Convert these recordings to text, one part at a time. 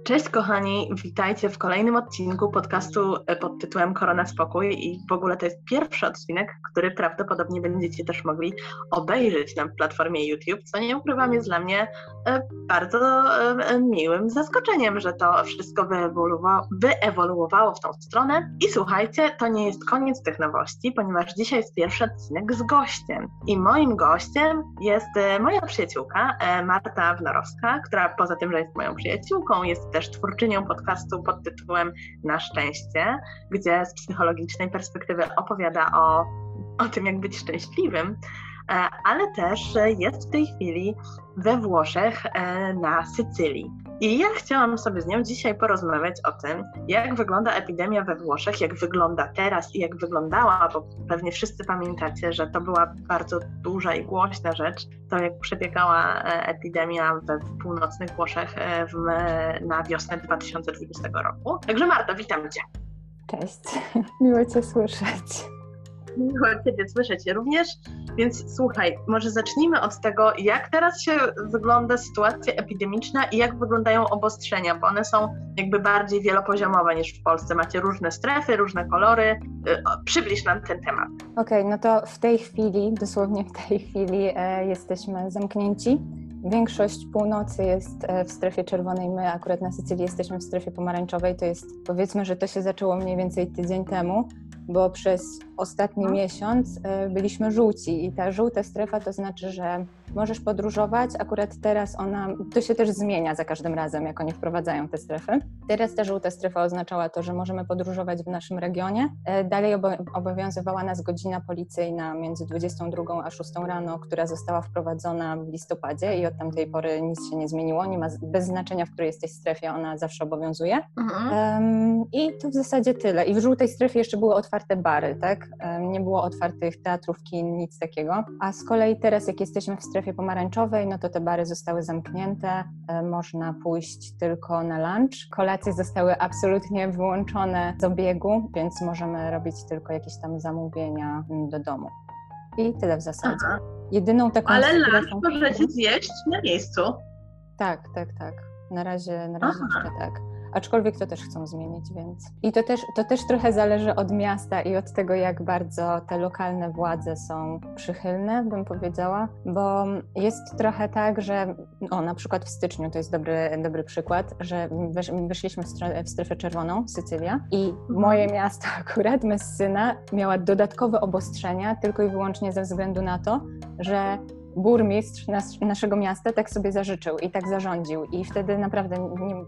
Cześć kochani, witajcie w kolejnym odcinku podcastu pod tytułem Korona Spokój i w ogóle to jest pierwszy odcinek, który prawdopodobnie będziecie też mogli obejrzeć na platformie YouTube, co nie ukrywam jest dla mnie bardzo miłym zaskoczeniem, że to wszystko wyewoluowało w tą stronę. I słuchajcie, to nie jest koniec tych nowości, ponieważ dzisiaj jest pierwszy odcinek z gościem i moim gościem jest moja przyjaciółka Marta Wnorowska, która poza tym, że jest moją przyjaciółką, jest też twórczynią podcastu pod tytułem Na szczęście, gdzie z psychologicznej perspektywy opowiada o tym, jak być szczęśliwym, ale też jest w tej chwili we Włoszech na Sycylii. I ja chciałam sobie z nią dzisiaj porozmawiać o tym, jak wygląda epidemia we Włoszech, jak wygląda teraz i jak wyglądała, bo pewnie wszyscy pamiętacie, że to była bardzo duża i głośna rzecz, to jak przebiegała epidemia we północnych Włoszech na wiosnę 2020 roku. Także Marta, witam Cię. Cześć, miło Cię słyszeć. Miło Ciebie słyszeć również, więc słuchaj, może zacznijmy od tego, jak teraz się wygląda sytuacja epidemiczna i jak wyglądają obostrzenia, bo one są jakby bardziej wielopoziomowe niż w Polsce. Macie różne strefy, różne kolory. Przybliż nam ten temat. Okej, no to w tej chwili, dosłownie w tej chwili jesteśmy zamknięci. Większość północy jest w strefie czerwonej, my akurat na Sycylii jesteśmy w strefie pomarańczowej, to jest, powiedzmy, że to się zaczęło mniej więcej tydzień temu, bo przez ostatni miesiąc byliśmy żółci i ta żółta strefa to znaczy, że możesz podróżować, akurat teraz to się też zmienia za każdym razem, jak oni wprowadzają te strefy. Teraz ta żółta strefa oznaczała to, że możemy podróżować w naszym regionie. Dalej obowiązywała nas godzina policyjna między 22 a 6 rano, która została wprowadzona w listopadzie i od tamtej pory nic się nie zmieniło, nie ma bez znaczenia, w której jesteś strefie, ona zawsze obowiązuje. I to w zasadzie tyle. I w żółtej strefie jeszcze były otwarte bary, tak? Nie było otwartych teatrów, kin, nic takiego. A z kolei teraz, jak jesteśmy w strefie pomarańczowej, no to te bary zostały zamknięte, można pójść tylko na lunch. Kolacje zostały absolutnie wyłączone z obiegu, więc możemy robić tylko jakieś tam zamówienia do domu. I tyle w zasadzie. Aha. Jedyną taką Ale strefą... lunch możecie zjeść na miejscu. Tak. Na razie jeszcze tak. Aczkolwiek to też chcą zmienić, więc... I to też trochę zależy od miasta i od tego, jak bardzo te lokalne władze są przychylne, bym powiedziała, bo jest trochę tak, że na przykład w styczniu, to jest dobry przykład, że wyszliśmy w strefę czerwoną, Sycylia, i moje miasto akurat, Messyna, miała dodatkowe obostrzenia tylko i wyłącznie ze względu na to, że burmistrz naszego miasta tak sobie zażyczył i tak zarządził i wtedy naprawdę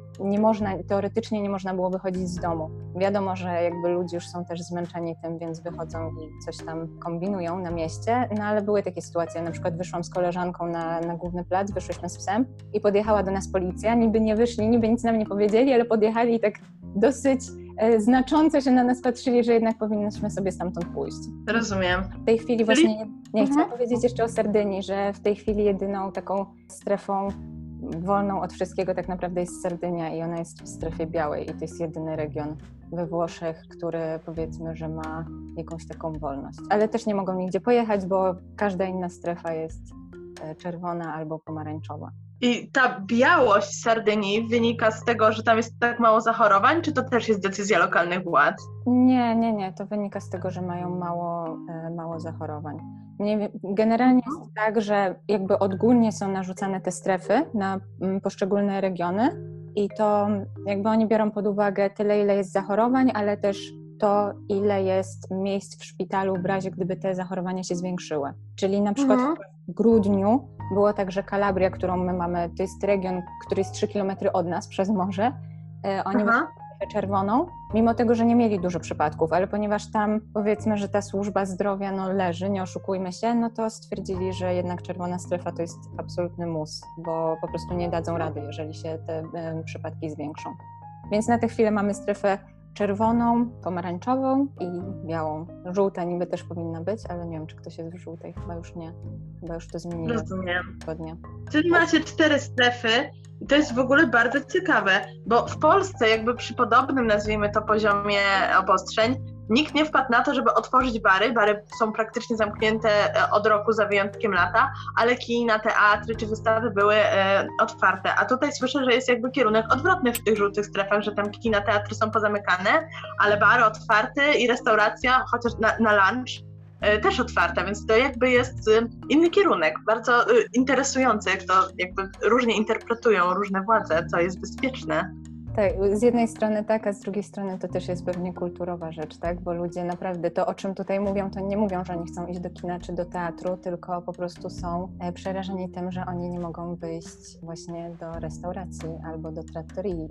teoretycznie nie można było wychodzić z domu. Wiadomo, że jakby ludzie już są też zmęczeni tym, więc wychodzą i coś tam kombinują na mieście, no ale były takie sytuacje, na przykład wyszłam z koleżanką na główny plac, wyszłyśmy z psem i podjechała do nas policja, niby nie wyszli, niby nic nam nie powiedzieli, ale podjechali i tak dosyć znacząco się na nas patrzyli, że jednak powinniśmy sobie stamtąd pójść. Rozumiem. W tej chwili właśnie nie chcę powiedzieć jeszcze o Sardynii, że w tej chwili jedyną taką strefą wolną od wszystkiego tak naprawdę jest Sardynia i ona jest w strefie białej i to jest jedyny region we Włoszech, który powiedzmy, że ma jakąś taką wolność. Ale też nie mogą nigdzie pojechać, bo każda inna strefa jest czerwona albo pomarańczowa. I ta białość Sardynii wynika z tego, że tam jest tak mało zachorowań, czy to też jest decyzja lokalnych władz? Nie. To wynika z tego, że mają mało zachorowań. Generalnie jest tak, że jakby odgórnie są narzucane te strefy na poszczególne regiony i to jakby oni biorą pod uwagę tyle, ile jest zachorowań, ale też to, ile jest miejsc w szpitalu w razie, gdyby te zachorowania się zwiększyły. Czyli na przykład w grudniu było tak, że Kalabria, którą my mamy, to jest region, który jest 3 km od nas przez morze, oni mają czerwoną, mimo tego, że nie mieli dużo przypadków, ale ponieważ tam powiedzmy, że ta służba zdrowia leży, nie oszukujmy się, no to stwierdzili, że jednak czerwona strefa to jest absolutny mus, bo po prostu nie dadzą rady, jeżeli się te przypadki zwiększą. Więc na tę chwilę mamy strefę czerwoną, pomarańczową i białą. Żółta niby też powinna być, ale nie wiem, czy ktoś jest w żółtej. Chyba już nie. Chyba już to zmieniło. Rozumiem. Zgodnie. Czyli macie 4 strefy i to jest w ogóle bardzo ciekawe, bo w Polsce jakby przy podobnym, nazwijmy to, poziomie obostrzeń nikt nie wpadł na to, żeby otworzyć bary. Bary są praktycznie zamknięte od roku za wyjątkiem lata, ale kina, teatry czy wystawy były otwarte. A tutaj słyszę, że jest jakby kierunek odwrotny w tych żółtych strefach, że tam kina, teatry są pozamykane, ale bary otwarte i restauracja, chociaż na lunch, też otwarta, więc to jakby jest inny kierunek, bardzo interesujący, jak to jakby różnie interpretują różne władze, co jest bezpieczne. Tak, z jednej strony tak, a z drugiej strony to też jest pewnie kulturowa rzecz, tak? Bo ludzie naprawdę to, o czym tutaj mówią, to nie mówią, że oni chcą iść do kina czy do teatru, tylko po prostu są przerażeni tym, że oni nie mogą wyjść właśnie do restauracji albo do trattorii.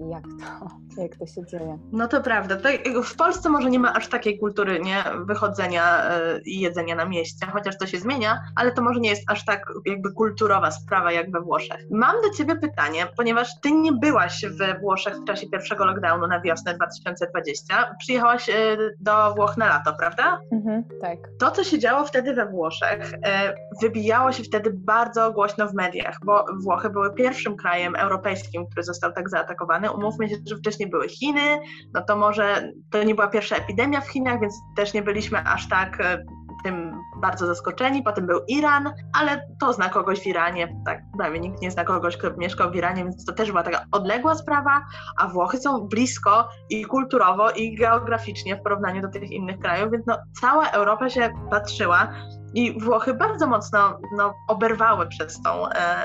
Jak to się dzieje? No to prawda. W Polsce może nie ma aż takiej kultury, nie, wychodzenia i jedzenia na mieście, chociaż to się zmienia, ale to może nie jest aż tak jakby kulturowa sprawa jak we Włoszech. Mam do Ciebie pytanie, ponieważ Ty nie byłaś we Włoszech w czasie pierwszego lockdownu na wiosnę 2020. Przyjechałaś do Włoch na lato, prawda? Tak. To, co się działo wtedy we Włoszech, wybijało się wtedy bardzo głośno w mediach, bo Włochy były pierwszym krajem europejskim, który został tak zaatakowany. Umówmy się, że wcześniej były Chiny, no to może to nie była pierwsza epidemia w Chinach, więc też nie byliśmy aż tak tym bardzo zaskoczeni. Potem był Iran, ale to zna kogoś w Iranie, tak prawie nikt nie zna kogoś, kto mieszkał w Iranie, więc to też była taka odległa sprawa, a Włochy są blisko i kulturowo, i geograficznie w porównaniu do tych innych krajów, więc no, cała Europa się patrzyła i Włochy bardzo mocno oberwały przez tą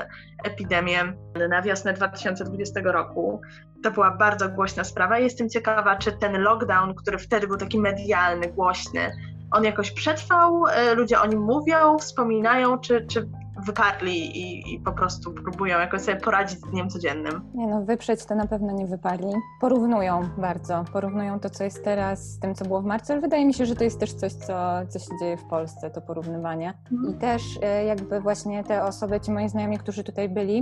epidemię na wiosnę 2020 roku. To była bardzo głośna sprawa. Jestem ciekawa, czy ten lockdown, który wtedy był taki medialny, głośny, on jakoś przetrwał, ludzie o nim mówią, wspominają, czy wyparli i po prostu próbują jakoś sobie poradzić z dniem codziennym? Nie no, wyprzeć to na pewno nie wyparli. Porównują to, co jest teraz z tym, co było w marcu, ale wydaje mi się, że to jest też coś, co się dzieje w Polsce, to porównywanie. I też jakby właśnie te osoby, ci moi znajomi, którzy tutaj byli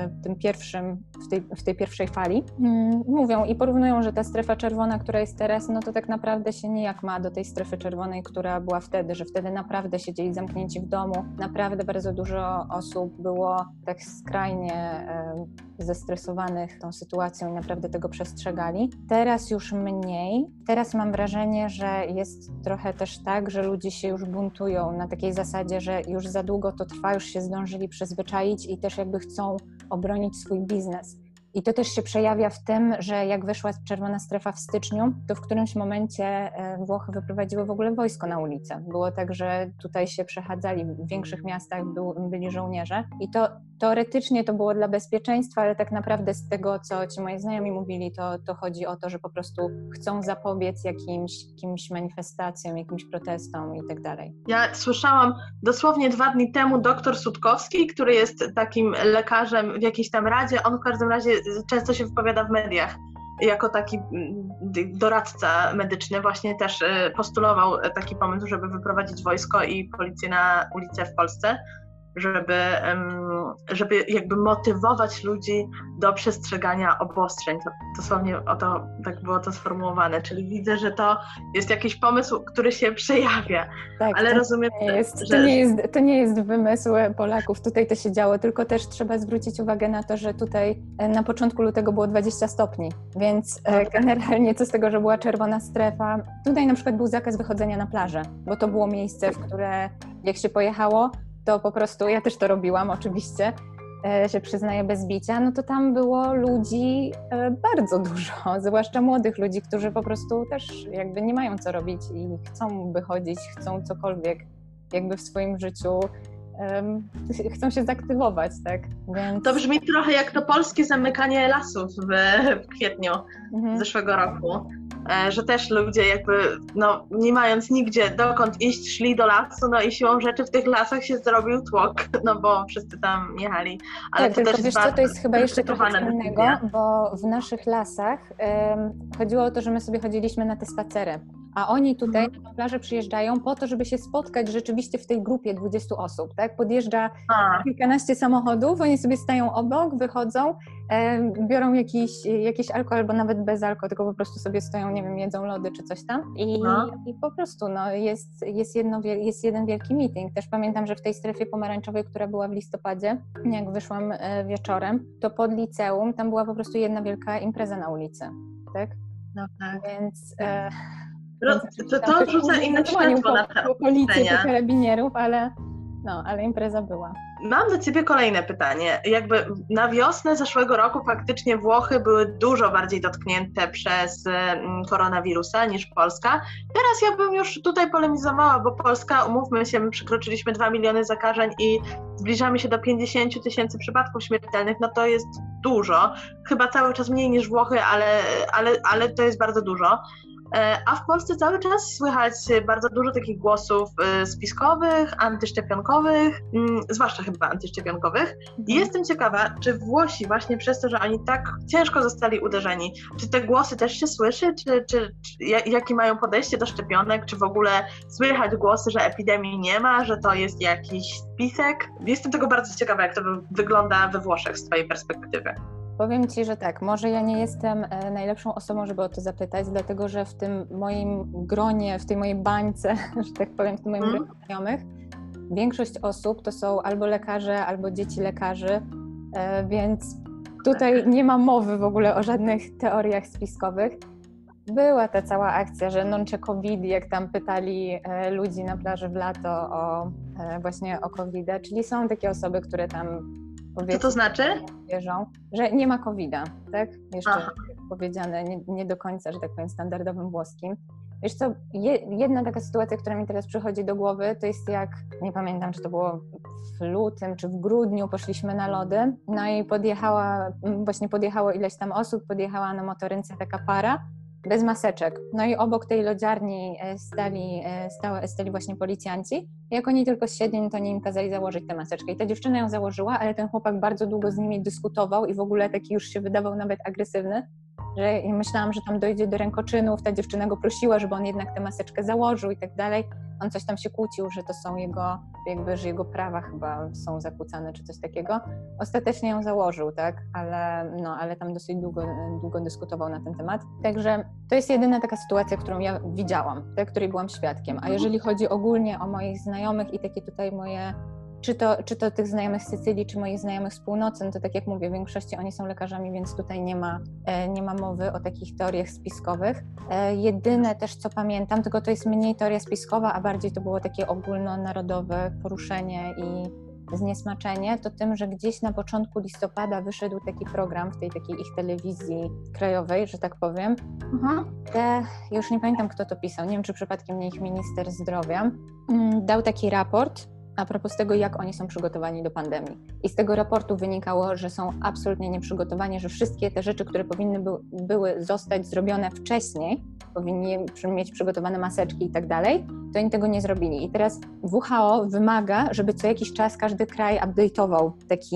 w tej pierwszej fali, mówią i porównują, że ta strefa czerwona, która jest teraz, no to tak naprawdę się nijak ma do tej strefy czerwonej, która była wtedy, że wtedy naprawdę siedzieli zamknięci w domu, naprawdę bardzo dużo osób było tak skrajnie zestresowanych tą sytuacją i naprawdę tego przestrzegali. Teraz już mniej. Teraz mam wrażenie, że jest trochę też tak, że ludzie się już buntują na takiej zasadzie, że już za długo to trwa, już się zdążyli przyzwyczaić i też jakby chcą obronić swój biznes. I to też się przejawia w tym, że jak wyszła czerwona strefa w styczniu, to w którymś momencie Włochy wyprowadziły w ogóle wojsko na ulicę. Było tak, że tutaj się przechadzali, w większych miastach byli żołnierze i to teoretycznie to było dla bezpieczeństwa, ale tak naprawdę z tego, co ci moi znajomi mówili, to chodzi o to, że po prostu chcą zapobiec jakimś manifestacjom, jakimś protestom i tak dalej. Ja słyszałam dosłownie 2 dni temu doktor Sutkowski, który jest takim lekarzem w jakiejś tam radzie, on w każdym razie często się wypowiada w mediach jako taki doradca medyczny, właśnie też postulował taki pomysł, żeby wyprowadzić wojsko i policję na ulicę w Polsce, żeby jakby motywować ludzi do przestrzegania obostrzeń. Dosłownie o to tak było to sformułowane, czyli widzę, że to jest jakiś pomysł, który się przejawia, tak, ale rozumiem, to nie jest wymysł Polaków, tutaj to się działo, tylko też trzeba zwrócić uwagę na to, że tutaj na początku lutego było 20 stopni, więc generalnie co z tego, że była czerwona strefa, tutaj na przykład był zakaz wychodzenia na plażę, bo to było miejsce, w które jak się pojechało, to po prostu, ja też to robiłam oczywiście, się przyznaję bez bicia, no to tam było ludzi bardzo dużo, zwłaszcza młodych ludzi, którzy po prostu też jakby nie mają co robić i chcą wychodzić, chcą cokolwiek jakby w swoim życiu, chcą się zaktywować, tak? Więc... To brzmi trochę jak to polskie zamykanie lasów w kwietniu zeszłego roku. Że też ludzie jakby, nie mając nigdzie dokąd iść, szli do lasu, i siłą rzeczy w tych lasach się zrobił tłok, bo wszyscy tam jechali. Ale tak, to tylko wiesz co, to jest chyba jeszcze trochę co innego, bo w naszych lasach chodziło o to, że my sobie chodziliśmy na te spacery, a oni tutaj na plażę przyjeżdżają po to, żeby się spotkać rzeczywiście w tej grupie 20 osób, tak? Podjeżdża kilkanaście samochodów, oni sobie stają obok, wychodzą, biorą jakiś alkohol, albo nawet bez alkoholu, tylko po prostu sobie stoją, nie wiem, jedzą lody czy coś tam i po prostu jest jeden wielki meeting. Też pamiętam, że w tej strefie pomarańczowej, która była w listopadzie, jak wyszłam wieczorem, to pod liceum tam była po prostu jedna wielka impreza na ulicy, tak? No tak. Więc To rzuca inne światło na te policję, po karabinierów, ale impreza była. Mam do Ciebie kolejne pytanie. Jakby na wiosnę zeszłego roku faktycznie Włochy były dużo bardziej dotknięte przez koronawirusa niż Polska. Teraz ja bym już tutaj polemizowała, bo Polska, umówmy się, my przekroczyliśmy 2 miliony zakażeń i zbliżamy się do 50 000 przypadków śmiertelnych. No to jest dużo. Chyba cały czas mniej niż Włochy, ale to jest bardzo dużo. A w Polsce cały czas słychać bardzo dużo takich głosów spiskowych, antyszczepionkowych, zwłaszcza chyba antyszczepionkowych. I jestem ciekawa, czy Włosi właśnie przez to, że oni tak ciężko zostali uderzeni, czy te głosy też się słyszy, czy jakie mają podejście do szczepionek, czy w ogóle słychać głosy, że epidemii nie ma, że to jest jakiś spisek? Jestem tego bardzo ciekawa, jak to wygląda we Włoszech z Twojej perspektywy. Powiem Ci, że tak, może ja nie jestem najlepszą osobą, żeby o to zapytać, dlatego że w tym moim gronie, w tej mojej bańce, że tak powiem, w tym moim gronie znajomych, większość osób to są albo lekarze, albo dzieci lekarzy, więc tutaj nie ma mowy w ogóle o żadnych teoriach spiskowych. Była ta cała akcja, że non c'è COVID, jak tam pytali ludzi na plaży w lato właśnie o COVID-a, czyli są takie osoby, które tam co to znaczy? Wierzą, że nie ma COVID-a, tak? Jeszcze powiedziane nie do końca, że tak powiem, standardowym włoskim. Wiesz co, jedna taka sytuacja, która mi teraz przychodzi do głowy, to jest jak, nie pamiętam, czy to było w lutym, czy w grudniu, poszliśmy na lody, no i podjechało ileś tam osób, podjechała na motorynce taka para, bez maseczek. No i obok tej lodziarni stali właśnie policjanci. Jak oni tylko siedli, no to oni im kazali założyć tę maseczkę. I ta dziewczyna ją założyła, ale ten chłopak bardzo długo z nimi dyskutował i w ogóle taki już się wydawał nawet agresywny, że ja myślałam, że tam dojdzie do rękoczynów. Ta dziewczyna go prosiła, żeby on jednak tę maseczkę założył i tak dalej. On coś tam się kłócił, że to są że jego prawa chyba są zakłócane, czy coś takiego. Ostatecznie ją założył, tak? Ale tam dosyć długo dyskutował na ten temat. Także to jest jedyna taka sytuacja, którą ja widziałam, tak? Której byłam świadkiem. A jeżeli chodzi ogólnie o moich znajomych i takie tutaj moje, czy to tych znajomych z Sycylii, czy moich znajomych z północy, no to tak jak mówię, w większości oni są lekarzami, więc tutaj nie ma mowy o takich teoriach spiskowych. Jedyne też, co pamiętam, tylko to jest mniej teoria spiskowa, a bardziej to było takie ogólnonarodowe poruszenie i zniesmaczenie, to tym, że gdzieś na początku listopada wyszedł taki program w tej takiej ich telewizji krajowej, że tak powiem. Ja już nie pamiętam, kto to pisał, nie wiem, czy przypadkiem nie ich minister zdrowia, dał taki raport a propos tego, jak oni są przygotowani do pandemii. I z tego raportu wynikało, że są absolutnie nieprzygotowani, że wszystkie te rzeczy, które powinny były zostać zrobione wcześniej, powinni mieć przygotowane maseczki i tak dalej, to oni tego nie zrobili. I teraz WHO wymaga, żeby co jakiś czas każdy kraj update'ował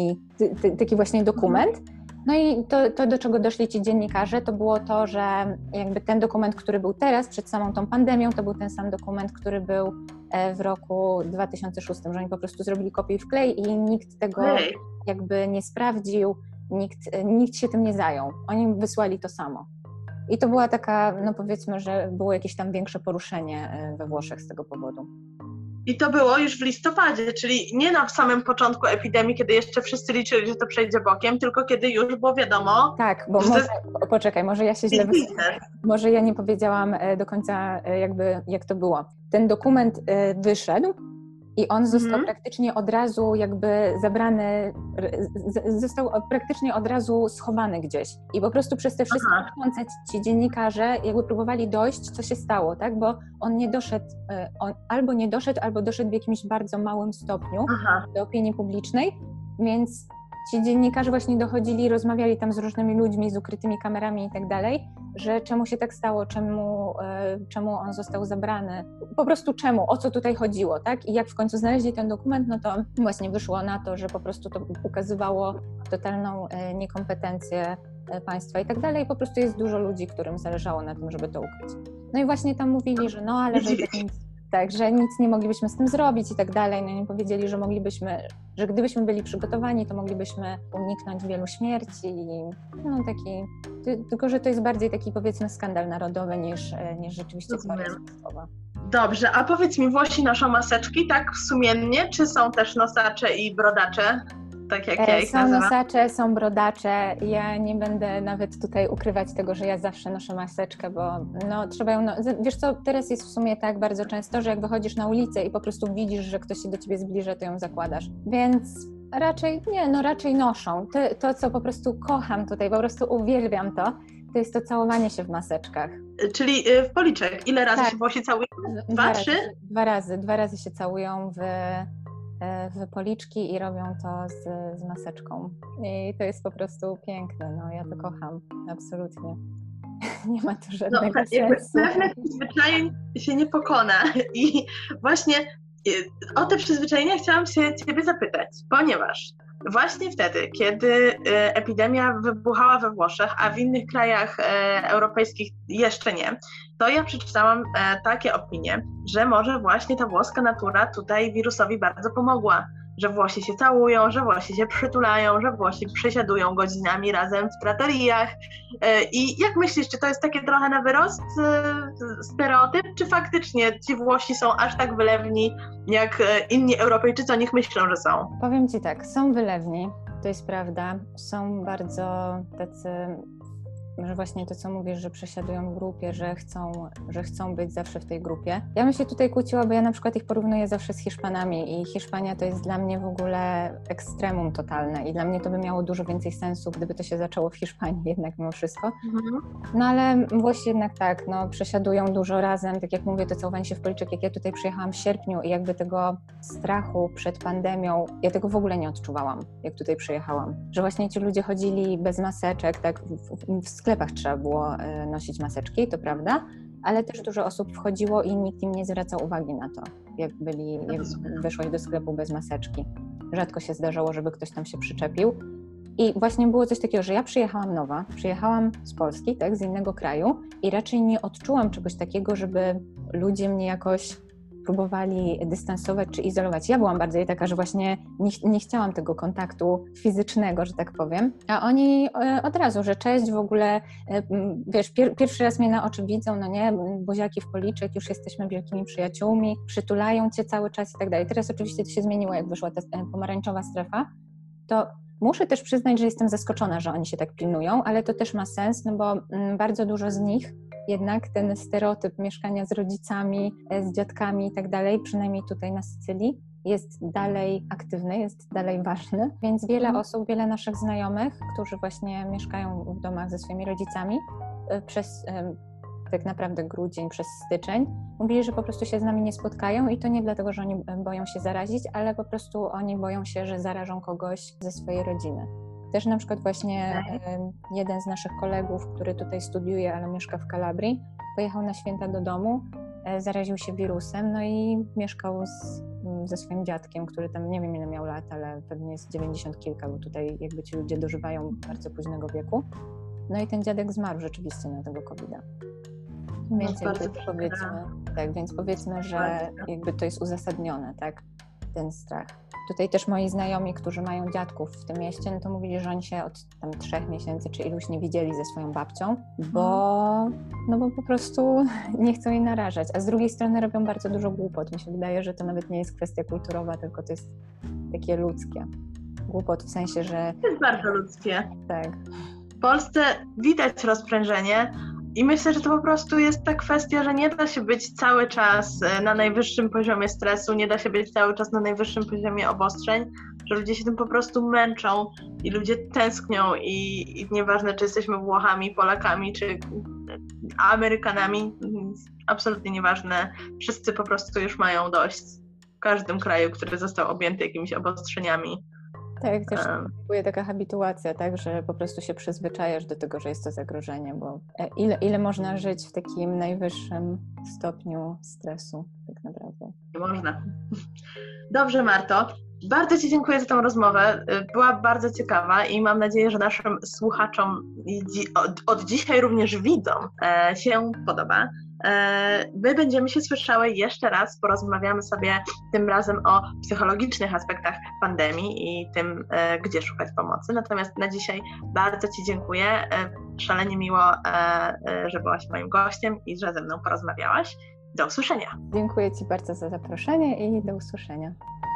taki właśnie dokument. No i to, do czego doszli ci dziennikarze, to było to, że jakby ten dokument, który był teraz, przed samą tą pandemią, to był ten sam dokument, który był w roku 2006, że oni po prostu zrobili kopię i wklej i nikt tego jakby nie sprawdził, nikt się tym nie zajął. Oni wysłali to samo. I to była taka, no powiedzmy, że było jakieś tam większe poruszenie we Włoszech z tego powodu. I to było już w listopadzie, czyli nie na samym początku epidemii, kiedy jeszcze wszyscy liczyli, że to przejdzie bokiem, tylko kiedy już było wiadomo... Tak, bo poczekaj, może ja się źle wysłuchałam. Może ja nie powiedziałam do końca jakby jak to było. Ten dokument wyszedł i on został praktycznie od razu jakby zabrany, został praktycznie od razu schowany gdzieś. I po prostu przez te wszystkie miesiące ci dziennikarze jakby próbowali dojść, co się stało, tak? Bo on nie doszedł, albo doszedł w jakimś bardzo małym stopniu do opinii publicznej, więc ci dziennikarze właśnie dochodzili, rozmawiali tam z różnymi ludźmi, z ukrytymi kamerami i tak dalej, że czemu się tak stało, czemu on został zabrany, po prostu czemu, o co tutaj chodziło, tak? I jak w końcu znaleźli ten dokument, no to właśnie wyszło na to, że po prostu to ukazywało totalną niekompetencję państwa i tak dalej. Po prostu jest dużo ludzi, którym zależało na tym, żeby to ukryć. No i właśnie tam mówili, że no ale że że nic nie moglibyśmy z tym zrobić i tak dalej. No i powiedzieli, że że gdybyśmy byli przygotowani, to moglibyśmy uniknąć wielu śmierci i no tylko że to jest bardziej taki powiedzmy skandal narodowy niż rzeczywiście teoria spiskowa. Dobrze, a powiedz mi, Włosi noszą maseczki tak sumiennie, czy są też nosacze i brodacze? tak jak ja ich Są nazywam. nosacze, są brodacze. Ja nie będę nawet tutaj ukrywać tego, że ja zawsze noszę maseczkę, bo no, trzeba ją... Wiesz co, teraz jest w sumie tak bardzo często, że jak wychodzisz na ulicę i po prostu widzisz, że ktoś się do ciebie zbliża, to ją zakładasz. Więc raczej noszą. To, co po prostu kocham tutaj, po prostu uwielbiam to jest to całowanie się w maseczkach. Czyli w policzek. Ile razy się Włosi całują? 2, 3? Dwa razy się całują w policzki i robią to z maseczką. I to jest po prostu piękne, no ja to kocham, absolutnie. Nie ma tu żadnego sensu. Pewnych przyzwyczajeń się nie pokona i właśnie o te przyzwyczajenia chciałam się Ciebie zapytać, ponieważ właśnie wtedy, kiedy epidemia wybuchała we Włoszech, a w innych krajach europejskich jeszcze nie, to ja przeczytałam takie opinie, że może właśnie ta włoska natura tutaj wirusowi bardzo pomogła, że Włosi się całują, że Włosi się przytulają, że Włosi przesiadują godzinami razem w trattoriach. I jak myślisz, czy to jest takie trochę na wyrost stereotyp, czy faktycznie ci Włosi są aż tak wylewni, jak inni Europejczycy o nich myślą, że są? Powiem Ci tak, są wylewni, to jest prawda, są bardzo tacy, że właśnie to, co mówisz, że przesiadują w grupie, że chcą być zawsze w tej grupie. Ja bym się tutaj kłóciła, bo ja na przykład ich porównuję zawsze z Hiszpanami i Hiszpania to jest dla mnie w ogóle ekstremum totalne i dla mnie to by miało dużo więcej sensu, gdyby to się zaczęło w Hiszpanii jednak mimo wszystko. No ale Włosi jednak tak, no przesiadują dużo razem, tak jak mówię, to całowanie się w policzek, jak ja tutaj przyjechałam w sierpniu i jakby tego strachu przed pandemią, ja tego w ogóle nie odczuwałam, jak tutaj przyjechałam. Że właśnie ci ludzie chodzili bez maseczek, tak w sklepach trzeba było nosić maseczki, to prawda, ale też dużo osób wchodziło i nikt im nie zwracał uwagi na to, jak wyszłaś do sklepu bez maseczki. Rzadko się zdarzało, żeby ktoś tam się przyczepił. I właśnie było coś takiego, że ja przyjechałam nowa, przyjechałam z Polski, tak, z innego kraju i raczej nie odczułam czegoś takiego, żeby ludzie mnie jakoś próbowali dystansować czy izolować. Ja byłam bardziej taka, że właśnie nie chciałam tego kontaktu fizycznego, że tak powiem, a oni od razu, że cześć, w ogóle, wiesz, pierwszy raz mnie na oczy widzą, no nie, buziaki w policzek, już jesteśmy wielkimi przyjaciółmi, przytulają cię cały czas i tak dalej. Teraz oczywiście to się zmieniło, jak wyszła ta pomarańczowa strefa, to muszę też przyznać, że jestem zaskoczona, że oni się tak pilnują, ale to też ma sens, no bo bardzo dużo z nich jednak ten stereotyp mieszkania z rodzicami, z dziadkami i tak dalej, przynajmniej tutaj na Sycylii, jest dalej aktywny, jest dalej ważny, więc wiele osób, wiele naszych znajomych, którzy właśnie mieszkają w domach ze swoimi rodzicami, przez tak naprawdę grudzień, przez styczeń, mówili, że po prostu się z nami nie spotkają i to nie dlatego, że oni boją się zarazić, ale po prostu oni boją się, że zarażą kogoś ze swojej rodziny. Też na przykład właśnie jeden z naszych kolegów, który tutaj studiuje, ale mieszka w Kalabrii, pojechał na święta do domu, zaraził się wirusem, no i mieszkał ze swoim dziadkiem, który tam nie wiem ile miał lat, ale pewnie jest 90 kilka, bo tutaj jakby ci ludzie dożywają bardzo późnego wieku. No i ten dziadek zmarł rzeczywiście na tego COVID-a. Więc powiedzmy, że jakby to jest uzasadnione, tak, ten strach. Tutaj też moi znajomi, którzy mają dziadków w tym mieście, no to mówili, że oni się od tam 3 miesięcy czy iluś nie widzieli ze swoją babcią, bo po prostu nie chcą jej narażać. A z drugiej strony robią bardzo dużo głupot. Mi się wydaje, że to nawet nie jest kwestia kulturowa, tylko to jest takie ludzkie. Głupot w sensie, że... To jest bardzo ludzkie. Tak. W Polsce widać rozprężenie i myślę, że to po prostu jest ta kwestia, że nie da się być cały czas na najwyższym poziomie stresu, nie da się być cały czas na najwyższym poziomie obostrzeń, że ludzie się tym po prostu męczą i ludzie tęsknią i nieważne, czy jesteśmy Włochami, Polakami, czy Amerykanami, absolutnie nieważne, wszyscy po prostu już mają dość w każdym kraju, który został objęty jakimiś obostrzeniami. Tak, też następuje taka habituacja, tak, że po prostu się przyzwyczajasz do tego, że jest to zagrożenie, bo ile można żyć w takim najwyższym stopniu stresu tak naprawdę? Nie można. Dobrze, Marto. Bardzo Ci dziękuję za tę rozmowę. Była bardzo ciekawa i mam nadzieję, że naszym słuchaczom od dzisiaj również widzom się podoba. My będziemy się słyszały jeszcze raz, porozmawiamy sobie tym razem o psychologicznych aspektach pandemii i tym, gdzie szukać pomocy. Natomiast na dzisiaj bardzo Ci dziękuję. Szalenie miło, że byłaś moim gościem i że ze mną porozmawiałaś. Do usłyszenia. Dziękuję Ci bardzo za zaproszenie i do usłyszenia.